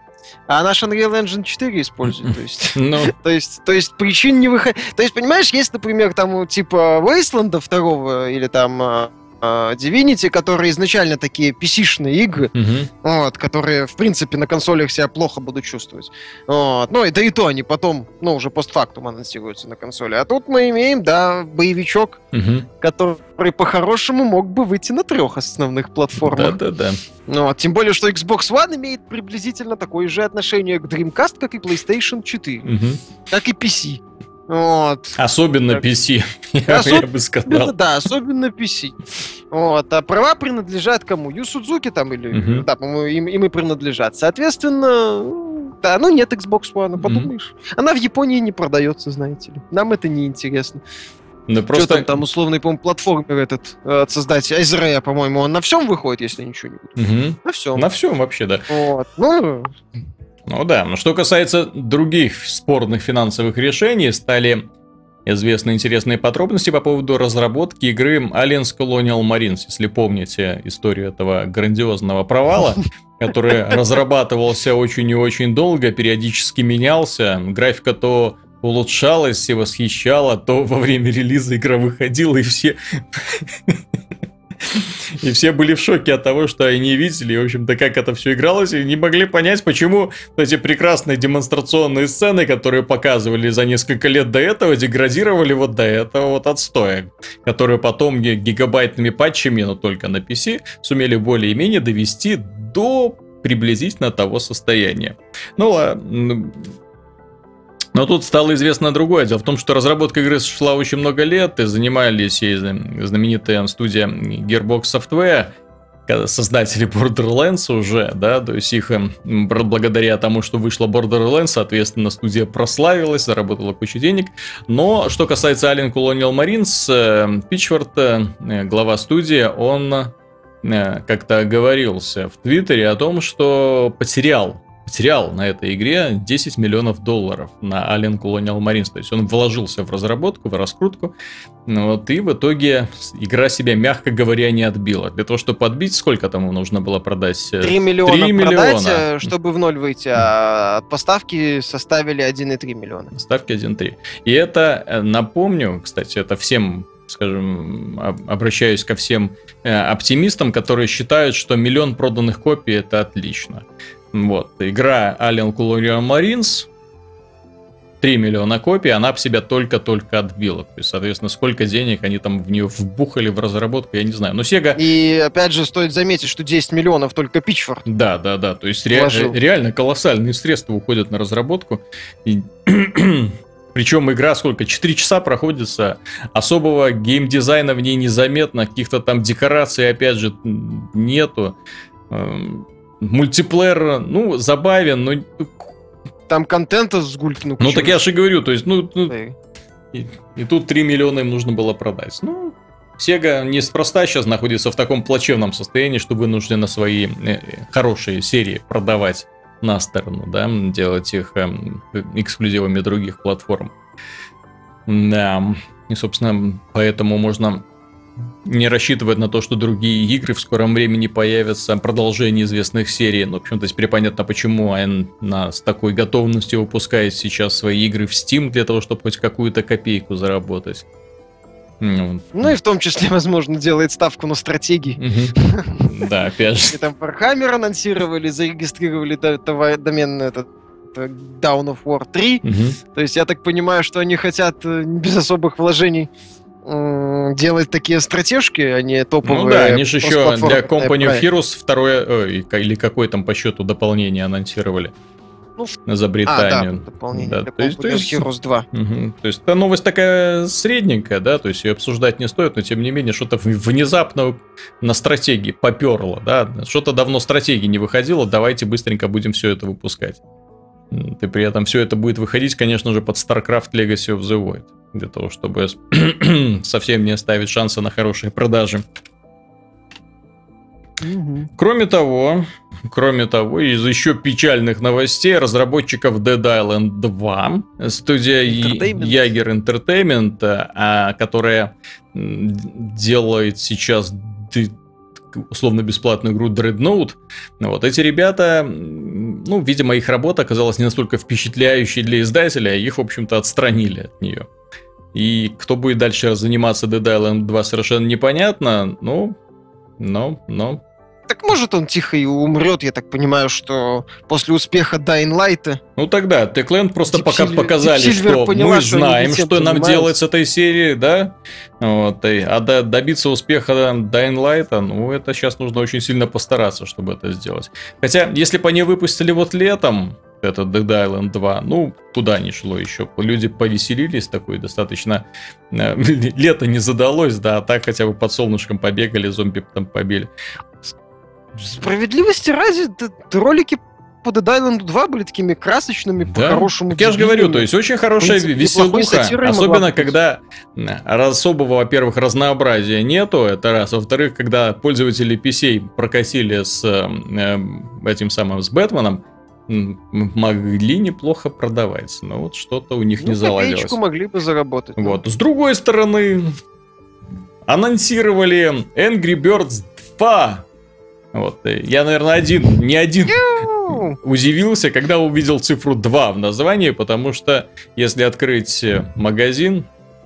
А наш Unreal Engine 4 использует, то есть причин не выходить. То есть, понимаешь, есть, например, там, типа, Wasteland 2 или там Divinity, которые изначально такие PC-шные игры, вот, которые, в принципе, на консолях себя плохо будут чувствовать. Вот. Ну, и то они потом, ну, уже постфактум анонсируются на консоли. А тут мы имеем, да, боевичок, который по-хорошему мог бы выйти на 3 основных платформах. Да-да-да. Ну, тем более, что Xbox One имеет приблизительно такое же отношение к Dreamcast, как и PlayStation 4, как и PC. Вот. Особенно PC, я бы сказал. Да, особенно PC. Вот. А права принадлежат кому? Ю Судзуки там или... Да, по-моему, им и принадлежат. Соответственно, да, ну нет Xbox One, подумаешь. Она в Японии не продается, знаете ли. Нам это не интересно. Да просто... Что там условный, по-моему, платформер этот от создателя Айзерея, по-моему, он на всем выходит, если ничего не будет. На всем. На всем вообще, да. Вот. Ну да, но что касается других спорных финансовых решений, стали известны интересные подробности по поводу разработки игры Aliens Colonial Marines, если помните историю этого грандиозного провала, который разрабатывался очень и очень долго, периодически менялся, графика то улучшалась и восхищала, то во время релиза игра выходила, и все... И все были в шоке от того, что они видели, и, в общем-то, как это все игралось, и не могли понять, почему эти прекрасные демонстрационные сцены, которые показывали за несколько лет до этого, деградировали вот до этого вот отстоя, которые потом гигабайтными патчами, но только на PC, сумели более-менее довести до приблизительно того состояния. Но тут стало известно другое. Дело в том, что разработка игры шла очень много лет, и занимались и знаменитая студия Gearbox Software, создатели Borderlands уже, да, то есть их благодаря тому, что вышла Borderlands, соответственно, студия прославилась, заработала кучу денег. Но что касается Alien Colonial Marines, Питчфорд, глава студии, он как-то оговорился в Твиттере о том, что потерял на этой игре $10 миллионов на Alien Colonial Marines. То есть он вложился в разработку, в раскрутку, вот, и в итоге игра себя, мягко говоря, не отбила. Для того, чтобы отбить, сколько там нужно было продать? 3 миллиона продать, чтобы в ноль выйти, а поставки составили 1,3 миллиона. Поставки 1,3. И это, напомню, кстати, это всем... Скажем, обращаюсь ко всем оптимистам, которые считают, что 1 миллион проданных копий — это отлично. Вот, игра Alien Colonial Marines 3 миллиона копий, она об себя только-только отбила. То есть, соответственно, сколько денег они там в нее вбухали в разработку, я не знаю. Но Sega... И опять же стоит заметить, что 10 миллионов только Pitchfork. Да. То есть реально колоссальные средства уходят на разработку. Причем игра сколько? 4 часа проходится. Особого геймдизайна в ней незаметно. Каких-то там декораций, опять же, нету. Мультиплеер, ну, забавен, но... Там контента с гулькину. Ну, так я же говорю, то есть, и тут 3 миллиона им нужно было продать. Ну, Sega неспроста сейчас находится в таком плачевном состоянии, что вынуждена свои хорошие серии продавать на сторону, да, делать их эксклюзивами других платформ. Да, и, собственно, поэтому можно не рассчитывать на то, что другие игры в скором времени появятся, продолжение известных серий. Ну, в общем-то, теперь понятно, почему она с такой готовностью выпускает сейчас свои игры в Steam для того, чтобы хоть какую-то копейку заработать. Ну и в том числе, возможно, делает ставку на стратегии. Да, опять же. И там Warhammer анонсировали, зарегистрировали домен этот Dawn of War 3. То есть я так понимаю, что они хотят без особых вложений делать такие стратежки, а не топовые. Ну да, они же еще для Company of Heroes второе, или какое там по счету дополнение анонсировали. За Британию. Да, дополнение. Да, то есть Heroes 2. То есть эта новость такая средненькая, да, то есть ее обсуждать не стоит, но тем не менее что-то внезапно на стратегии поперло, да, что-то давно стратегии не выходило, давайте быстренько будем все это выпускать. И при этом все это будет выходить, конечно же, под StarCraft Legacy of the Void, для того, чтобы совсем не оставить шанса на хорошие продажи. Кроме того, из еще печальных новостей, разработчиков Dead Island 2, студия Jaeger Entertainment, которая делает сейчас условно-бесплатную игру Dreadnought, вот эти ребята, ну, видимо, их работа оказалась не настолько впечатляющей для издателя, их, в общем-то, отстранили от нее. И кто будет дальше заниматься Dead Island 2, совершенно непонятно, но... Так может он тихо и умрет, я так понимаю, что после успеха Dying Light... Ну тогда, Techland просто показали, что мы знаем, что нам делать с этой серией, да? Вот, а добиться успеха Dying Light, ну это сейчас нужно очень сильно постараться, чтобы это сделать. Хотя, если бы они выпустили вот летом, это Dead Island 2, ну, куда ни шло еще. Люди повеселились, такой достаточно... Лето не задалось, да, а так хотя бы под солнышком побегали, зомби там побили. Справедливости ради, ролики по Dead Island 2 были такими красочными, да? По-хорошему. Так я же говорю, то есть очень хорошая веселуха, особенно когда особого, во-первых, разнообразия нету, это раз. Во-вторых, когда пользователи PC прокатили с этим самым, с Бэтменом, могли неплохо продавать, но вот что-то у них не заладилось. Копеечку могли бы заработать. Вот. С другой стороны, анонсировали Angry Birds 2. Вот. Я, наверное, не один удивился, когда увидел цифру 2 в названии, потому что если открыть магазин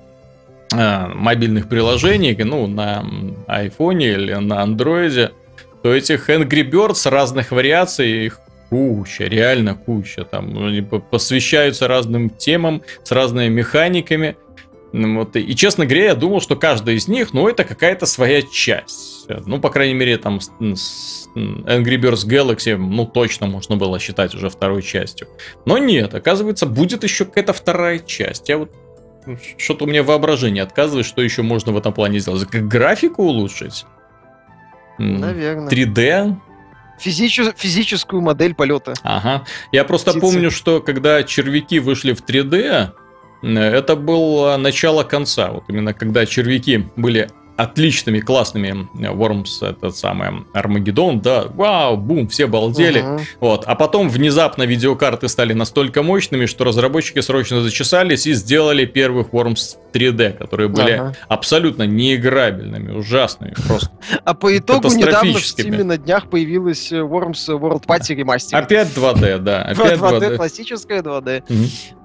мобильных приложений, ну, на айфоне или на андроиде, то этих Angry Birds разных вариаций, их куча, реально куча. Там они посвящаются разным темам, с разными механиками. Вот. И, честно говоря, я думал, что каждая из них, ну, это какая-то своя часть. Ну, по крайней мере, там Angry Birds Galaxy, ну, точно можно было считать уже второй частью. Но нет, оказывается, будет еще какая-то вторая часть. Я вот что-то у меня воображение отказывает, что еще можно в этом плане сделать. Графику улучшить? Наверное. 3D? Физическую модель полета. Ага. Я просто помню, что когда червяки вышли в 3D, это было начало конца. Вот именно когда червяки были отличными, классными. Worms, этот самый Армагеддон, да, вау, бум, все балдели. Вот. А потом внезапно видеокарты стали настолько мощными, что разработчики срочно зачесались и сделали первых Worms 3D, которые были абсолютно неиграбельными, ужасными, просто. А по итогу недавно в Steam на днях появилась Worms World Party Remastered. Опять 2D, да. Опять 2D, классическая 2D.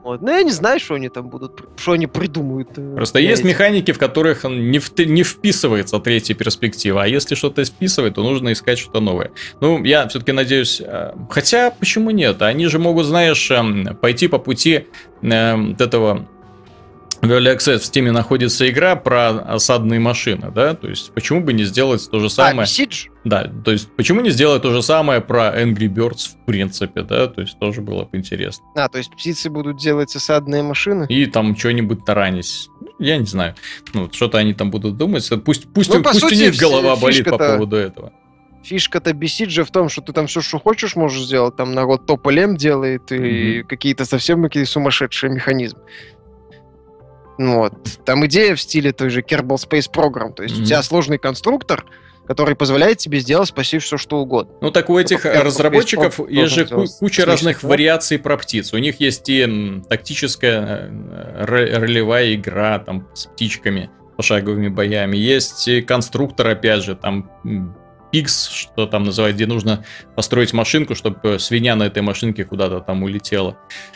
Вот. Ну, я не знаю, что они там будут, что они придумают. Просто есть механики, в которых не вписывается третья перспектива, а если что-то вписывает, то нужно искать что-то новое. Ну, я все-таки надеюсь... Хотя, почему нет? Они же могут, знаешь, пойти по пути этого... В Early Access в Steam находится игра про осадные машины, да? То есть, почему бы не сделать то же самое... Besiege? Да, то есть, почему не сделать то же самое про Angry Birds, в принципе, да? То есть, тоже было бы интересно. То есть, птицы будут делать осадные машины? И там что-нибудь таранить. Я не знаю. Ну, что-то они там будут думать. Пусть у них голова болит по поводу этого. Фишка-то Besiege в том, что ты там все, что хочешь, можешь сделать. Там народ тополем делает и какие-то совсем сумасшедшие механизмы. Вот. Там идея в стиле той же Kerbal Space Program. То есть у тебя сложный конструктор, который позволяет тебе сделать почти все, что угодно. Ну, так у этих разработчиков есть же куча разных вариаций про птиц. У них есть и тактическая ролевая игра там с птичками, пошаговыми боями. Есть и конструктор, опять же, там Пикс, что там называют, где нужно построить машинку, чтобы свинья на этой машинке куда-то там улетела.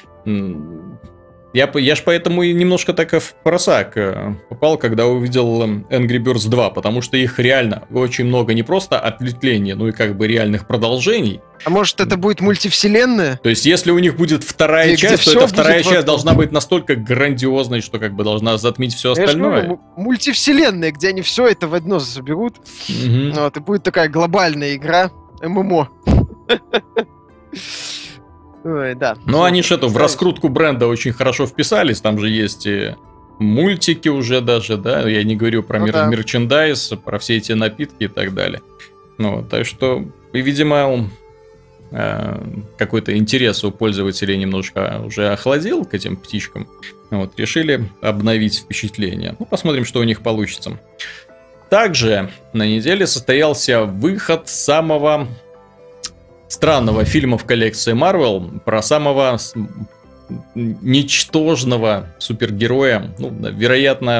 Я ж поэтому и немножко так в просак попал, когда увидел Angry Birds 2, потому что их реально очень много, не просто ответвлений, но и как бы реальных продолжений. А может, это будет мультивселенная? То есть, если у них будет вторая часть, то эта вторая часть должна быть настолько грандиозной, что как бы должна затмить все остальное. Говорю, мультивселенная, где они все это в одно соберут. Вот, и будет такая глобальная игра ММО. Ой, да. Ну, они же в раскрутку бренда очень хорошо вписались. Там же есть и мультики уже даже, да. Я не говорю про мерчендайз, про все эти напитки и так далее. Ну, так что, видимо, какой-то интерес у пользователей немножко уже охладил к этим птичкам. Вот, решили обновить впечатление. Ну, посмотрим, что у них получится. Также на неделе состоялся выход самого странного фильма в коллекции Marvel про самого ничтожного супергероя. Ну, вероятно,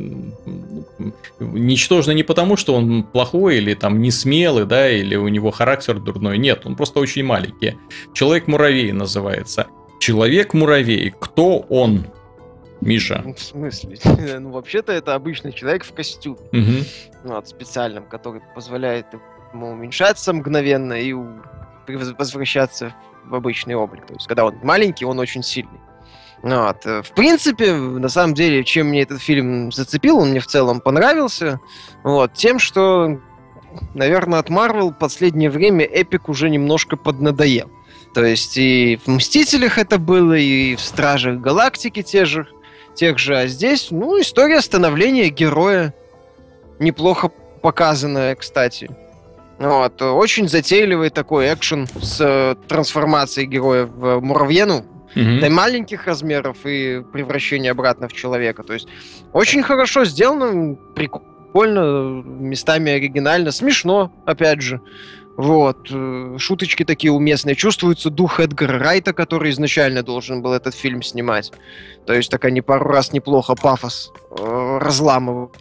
ничтожный не потому, что он плохой или там не смелый, да, или у него характер дурной. Нет, он просто очень маленький. Человек-муравей называется. Человек-муравей. Кто он? Миша. В смысле? Ну, вообще-то это обычный человек в костюме. Вот, специальном, который позволяет ему уменьшаться мгновенно и возвращаться в обычный облик. То есть, когда он маленький, он очень сильный. Вот. В принципе, на самом деле, чем мне этот фильм зацепил, он мне в целом понравился. Вот. Тем, что, наверное, от Marvel в последнее время эпик уже немножко поднадоел. То есть и в «Мстителях» это было, и в «Стражах Галактики» тех же, а здесь, ну, история становления героя неплохо показанная, кстати. Вот. Очень затейливый такой экшен с трансформацией героя в муравьену, до маленьких размеров и превращение обратно в человека. То есть очень хорошо сделано, прикольно, местами оригинально, смешно, опять же. Вот. Шуточки такие уместные. Чувствуется дух Эдгара Райта, который изначально должен был этот фильм снимать. То есть так они пару раз неплохо пафос разламывают.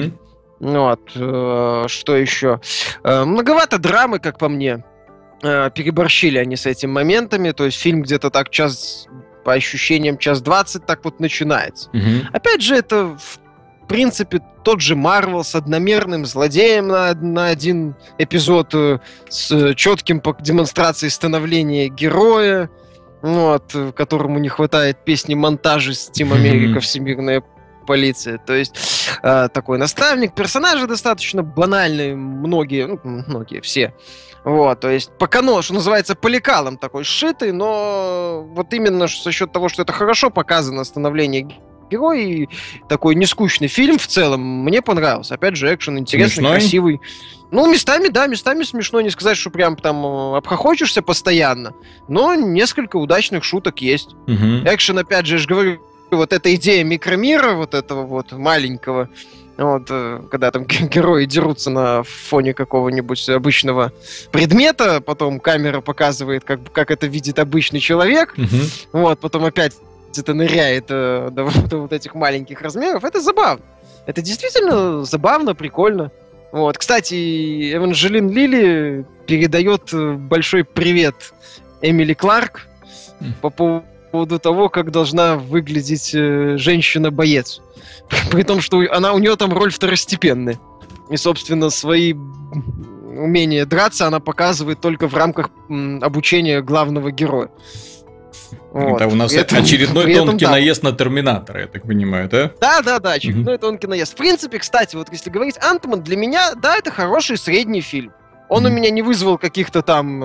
Вот. Что еще? Многовато драмы, как по мне. Переборщили они с этими моментами. То есть фильм где-то так по ощущениям, 1:20 так вот начинается. Опять же, это в принципе тот же Марвел с одномерным злодеем на один эпизод, с четким по демонстрацией становления героя, вот, которому не хватает песни монтажа с Team America «Всемирная полиция». То есть такой наставник. Персонажи достаточно банальные, многие, все. Вот, то есть по канону, что называется, по лекалам такой сшитый, но вот именно за счет того, что это хорошо показано становление героя, и такой нескучный фильм в целом, мне понравился. Опять же, экшен интересный, смешной? Красивый. Ну, местами, да, местами смешно. Не сказать, что прям там обхохочешься постоянно, но несколько удачных шуток есть. Экшен, опять же, я же говорю, вот эта идея микромира, вот этого вот маленького, вот, когда там герои дерутся на фоне какого-нибудь обычного предмета, потом камера показывает, как это видит обычный человек, вот, потом опять это ныряет до вот этих маленьких размеров. Это забавно. Это действительно забавно, прикольно. Вот. Кстати, Эванжелин Лили передает большой привет Эмили Кларк по поводу поводу того, как должна выглядеть женщина-боец. При том, что у нее там роль второстепенная. И, собственно, свои умения драться она показывает только в рамках обучения главного героя. Вот. Это у нас очередной тонкий наезд на Терминатора, я так понимаю, да? Да, очередной тонкий наезд. В принципе, кстати, вот если говорить Ant-Man, для меня, да, это хороший средний фильм. Он у меня не вызвал каких-то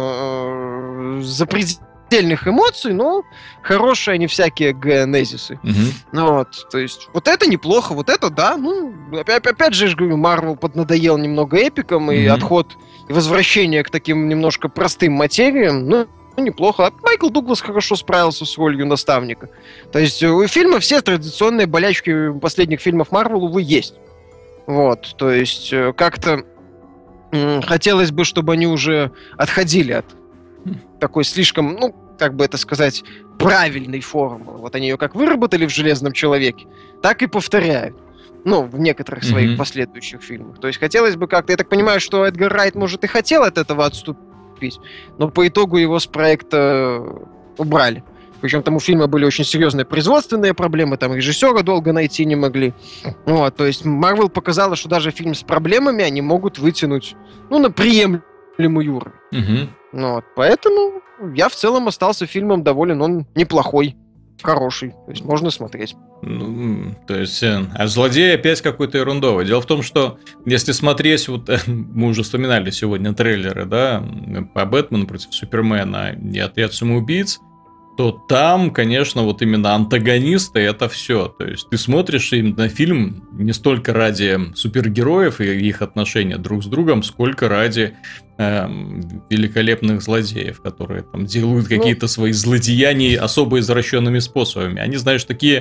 там запредельных эмоций, но хорошие они всякие генезисы. Вот, то есть, вот это неплохо, вот это, да, ну, опять же, я говорю, Марвел поднадоел немного эпиком, и отход, и возвращение к таким немножко простым материям, ну, неплохо. А Майкл Дуглас хорошо справился с ролью наставника. То есть у фильма все традиционные болячки последних фильмов Марвел, увы, есть. Вот, то есть как-то хотелось бы, чтобы они уже отходили от такой слишком, ну, как бы это сказать, правильной формулы. Вот они ее как выработали в «Железном человеке», так и повторяют. Ну, в некоторых своих последующих фильмах. То есть хотелось бы как-то... Я так понимаю, что Эдгар Райт, может, и хотел от этого отступить, но по итогу его с проекта убрали. Причем там у фильма были очень серьезные производственные проблемы, там режиссера долго найти не могли. Вот, то есть Марвел показала, что даже фильм с проблемами они могут вытянуть, ну, на приемлемый уровень. Вот, поэтому я в целом остался фильмом доволен, он неплохой, хороший, то есть можно смотреть. Ну, то есть, а злодей опять какой-то ерундовый. Дело в том, что если смотреть, вот мы уже вспоминали сегодня трейлеры, да, по Бэтмену против Супермена и Отряд самоубийц, то там, конечно, вот именно антагонисты — это все. То есть ты смотришь на фильм не столько ради супергероев и их отношения друг с другом, сколько ради великолепных злодеев, которые там делают какие-то свои злодеяния особо извращенными способами. Они, знаешь, такие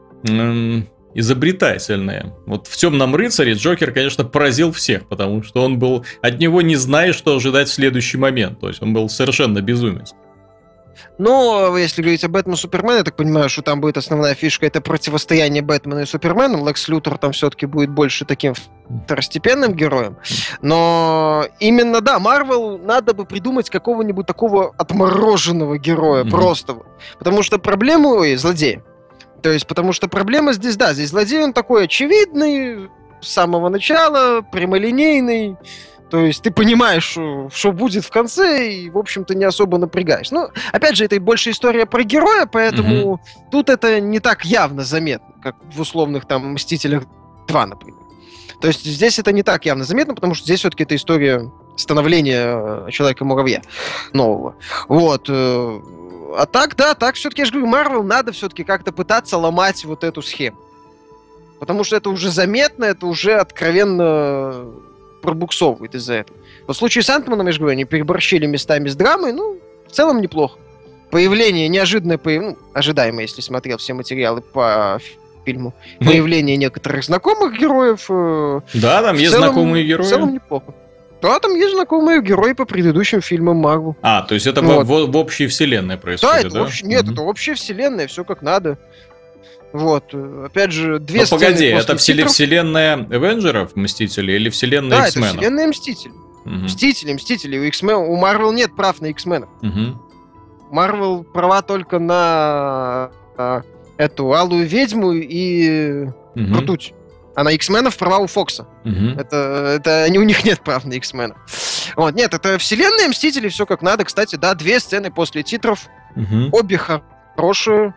изобретательные. Вот в «Темном рыцаре» Джокер, конечно, поразил всех, потому что он был... От него не знаешь, что ожидать в следующий момент. То есть он был совершенно безумец. Но, если говорить о Бэтмене и Супермене, я так понимаю, что там будет основная фишка — это противостояние Бэтмена и Супермена. Лекс Лютер там все-таки будет больше таким второстепенным героем. Но именно, да, Марвел надо бы придумать какого-нибудь такого отмороженного героя, просто. Потому что злодея. То есть, потому что проблема здесь, да, здесь злодей, он такой очевидный, с самого начала, прямолинейный. То есть ты понимаешь, что будет в конце, и, в общем-то, не особо напрягаешь. Ну, опять же, это больше история про героя, поэтому тут это не так явно заметно, как в условных там «Мстителях 2», например. То есть здесь это не так явно заметно, потому что здесь все-таки это история становления Человека-муравья нового. Вот. А так, да, так все-таки, я же говорю, Марвел надо все-таки как-то пытаться ломать вот эту схему. Потому что это уже заметно, это уже откровенно... пробуксовывает из-за этого. В случае с Ant-Маном, я же говорю, они переборщили местами с драмой, ну, в целом неплохо. Появление, неожиданное появление, ожидаемо, если смотрел все материалы по фильму, появление некоторых знакомых героев. Да, там есть знакомые герои. В целом неплохо. Да, там есть знакомые герои по предыдущим фильмам Марвел. А, то есть это в общей вселенной происходит, да? Нет, это общая вселенная, все как надо. Вот, опять же, две сцены. Погоди, это вселенная Авенджеров, Мстителей, или вселенная X-менов? Да, это вселенная Мстителей. Мстители. У X-Men, у Марвел нет прав на X-менов. Марвел права только на эту Алую Ведьму и Ртуть. А на X-менов права у Фокса. Это у них нет прав на X-менов. Вот, нет, это вселенная Мстителей, все как надо. Кстати, да, две сцены после титров. Обе хорошие.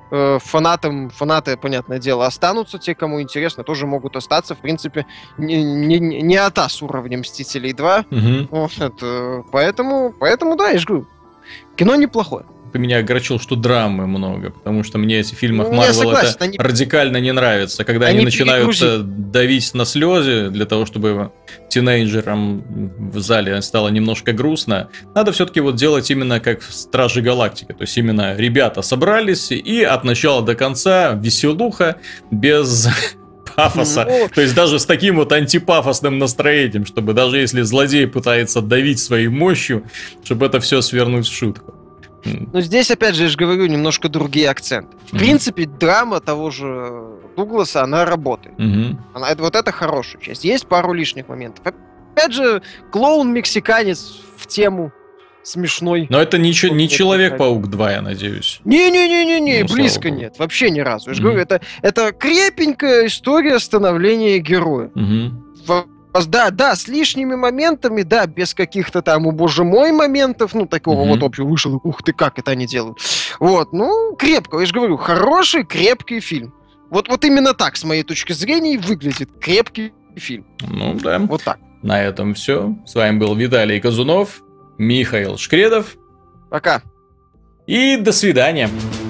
Фанаты, понятное дело, останутся. Те, кому интересно, тоже могут остаться. В принципе, не ата с уровнем Мстителей 2. Вот, поэтому, да, я же говорю, кино неплохое. Ты меня огорчил, что драмы много, потому что мне эти фильмы Марвел радикально не нравятся. Когда они начинают давить на слезы для того, чтобы тинейджерам в зале стало немножко грустно, надо все-таки вот делать именно как в «Стражи Галактики». То есть именно ребята собрались и от начала до конца веселуха, без пафоса. То есть даже с таким вот антипафосным настроением, чтобы даже если злодей пытается давить своей мощью, чтобы это все свернуть в шутку. Но здесь, опять же, я же говорю, немножко другие акценты. В принципе, драма того же Дугласа, она работает. Вот это хорошая часть. Есть пару лишних моментов. Опять же, клоун-мексиканец в тему смешной. Но это не Человек-паук 2, я надеюсь. Не-не-не-не-не, Ну, близко слава богу. нет, вообще ни разу. Я же говорю, это крепенькая история становления героя. Да, с лишними моментами, да, без каких-то там, о боже мой, моментов, ну, такого вот общего вышел, ух ты, как это они делают. Вот, ну, крепко, я же говорю, хороший, крепкий фильм. Вот именно так, с моей точки зрения, и выглядит крепкий фильм. Ну, да. Вот так. На этом все. С вами был Виталий Казунов, Михаил Шкредов. Пока. И до свидания.